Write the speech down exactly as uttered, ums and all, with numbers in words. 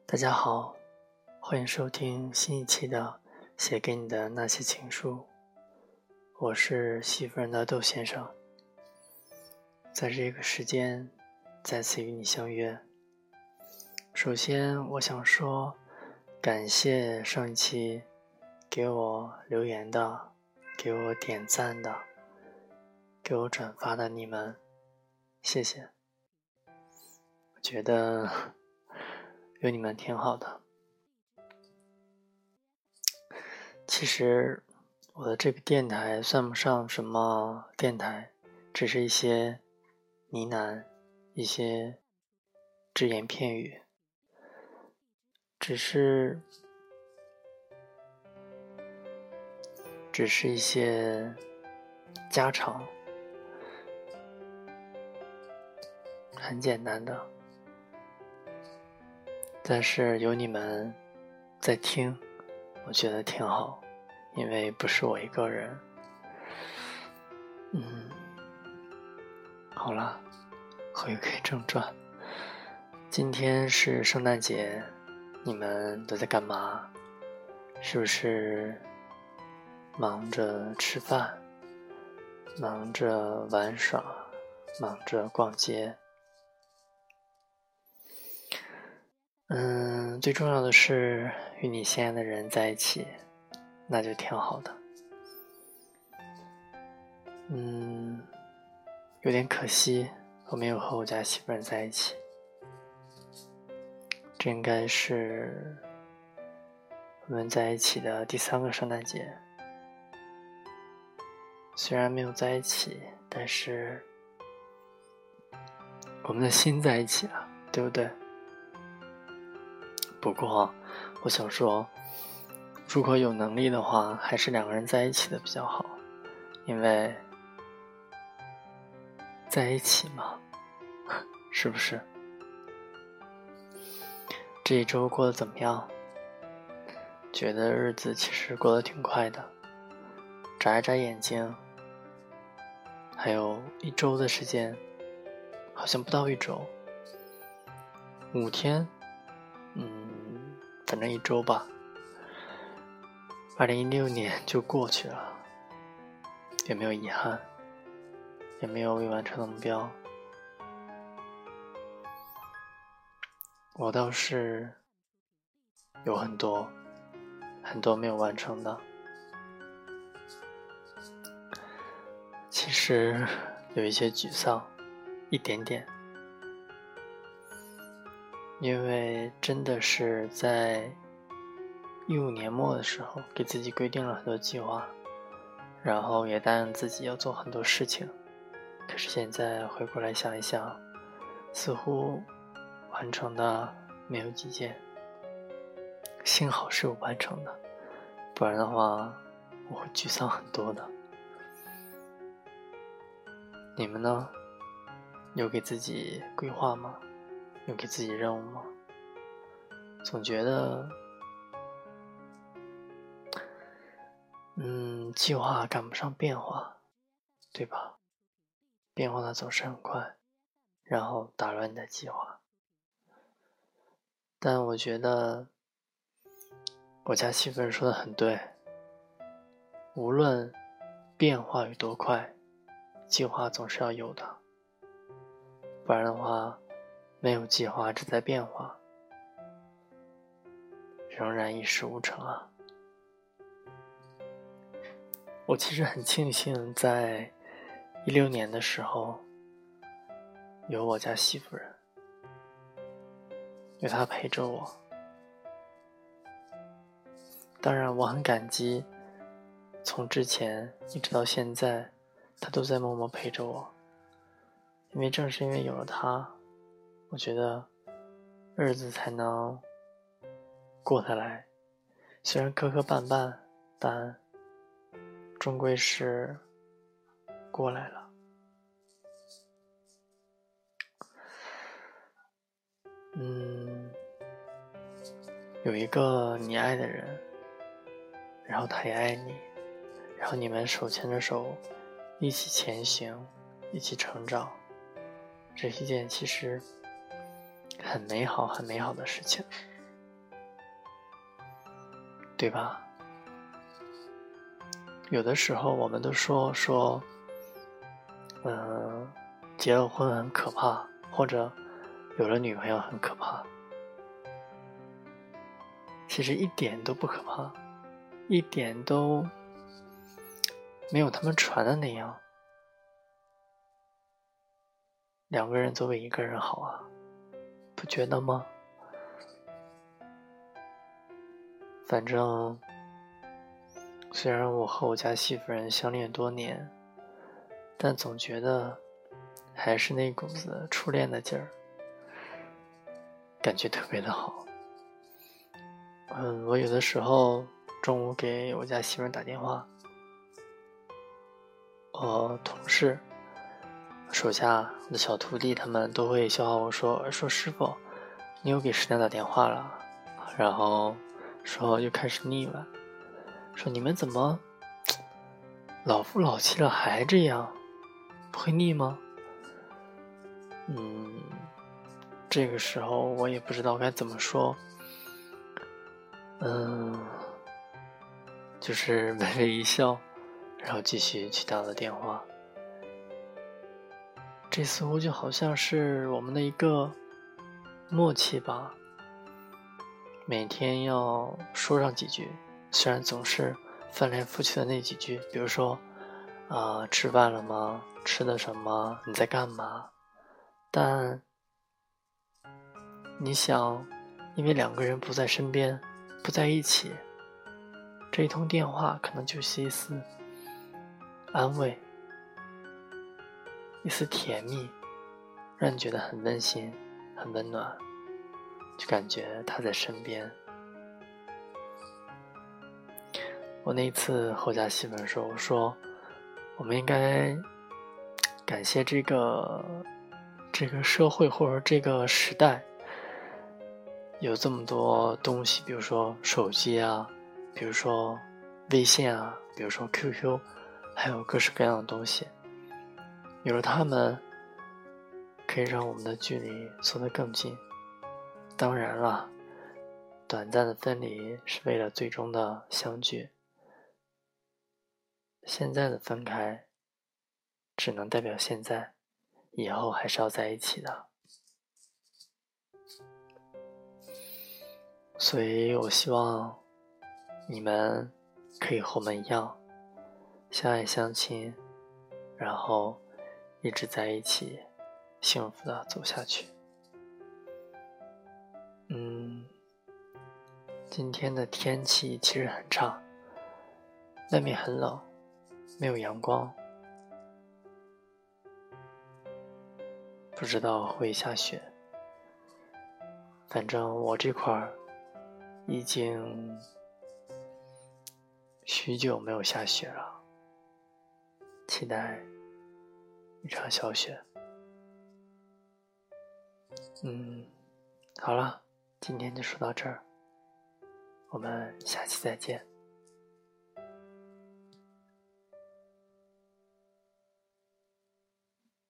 大家好，欢迎收听新一期的写给你的那些情书，我是媳妇人的窦先生，在这个时间再次与你相约。首先我想说，感谢上一期给我留言的，给我点赞的，给我转发的你们，谢谢。我觉得有你们挺好的。其实我的这个电台算不上什么电台，只是一些呢喃，一些只言片语，只是只是一些家常，很简单的，但是有你们在听，我觉得挺好，因为不是我一个人。嗯，好了，回归正传。今天是圣诞节，你们都在干嘛？是不是忙着吃饭，忙着玩耍，忙着逛街？嗯，最重要的是与你心爱的人在一起，那就挺好的。嗯，有点可惜，我没有和我家媳妇人在一起。这应该是我们在一起的第三个圣诞节。虽然没有在一起，但是我们的心在一起了，对不对？不过我想说，如果有能力的话，还是两个人在一起的比较好，因为在一起嘛，是不是？这一周过得怎么样？觉得日子其实过得挺快的，眨一眨眼睛还有一周的时间，好像不到一周，五天，嗯，反正一周吧。二零一六年就过去了，有没有遗憾？有没有未完成的目标？我倒是有很多很多没有完成的。其实有一些沮丧，一点点，因为真的是在一五年末的时候给自己规定了很多计划，然后也答应自己要做很多事情，可是现在回过来想一想，似乎完成的没有几件。幸好是有完成的，不然的话我会沮丧很多的。你们呢？有给自己规划吗？有给自己任务吗？总觉得嗯，计划赶不上变化，对吧？变化的总是很快，然后打乱你的计划。但我觉得我家媳妇人说的很对，无论变化有多快，计划总是要有的，不然的话没有计划只在变化，仍然一事无成啊。我其实很庆幸在一六年的时候有我家媳妇人，有她陪着我。当然我很感激，从之前一直到现在她都在默默陪着我，因为正是因为有了她，我觉得日子才能过得来，虽然磕磕绊绊，但终归是过来了。嗯，有一个你爱的人，然后他也爱你，然后你们手牵着手一起前行，一起成长，这是一件其实很美好很美好的事情。 对吧？有的时候我们都说说，嗯、呃，结了婚很可怕，或者有了女朋友很可怕。其实一点都不可怕，一点都没有他们传的那样。两个人总比一个人好啊，不觉得吗？反正虽然我和我家媳妇人相恋多年，但总觉得还是那股子初恋的劲儿，感觉特别的好。嗯，我有的时候中午给我家媳妇人打电话，我同事手下的小徒弟他们都会笑话我说说师傅，你又给师娘打电话了，然后说又开始腻了，说你们怎么老夫老妻了还这样，不会腻吗？嗯，这个时候我也不知道该怎么说，嗯，就是微微一笑，然后继续去打了电话。这似乎就好像是我们的一个默契吧，每天要说上几句，虽然总是翻来覆去的那几句，比如说啊、呃，吃饭了吗？吃的什么？你在干嘛？但你想，因为两个人不在身边，不在一起，这一通电话可能就是一丝安慰，一丝甜蜜，让你觉得很温馨，很温暖，就感觉他在身边。我那一次和我家媳妇儿说，我说我们应该感谢这个这个社会或者这个时代，有这么多东西，比如说手机啊，比如说微信啊，比如说 Q Q， 还有各式各样的东西，有了它们可以让我们的距离缩得更近。当然了，短暂的分离是为了最终的相聚，现在的分开只能代表现在，以后还是要在一起的。所以我希望你们可以和我们一样相爱相亲，然后一直在一起，幸福的走下去。嗯，今天的天气其实很差，外面很冷，没有阳光，不知道会下雪。反正我这块儿已经许久没有下雪了，期待一场小雪。嗯，好了，今天就说到这儿，我们下期再见。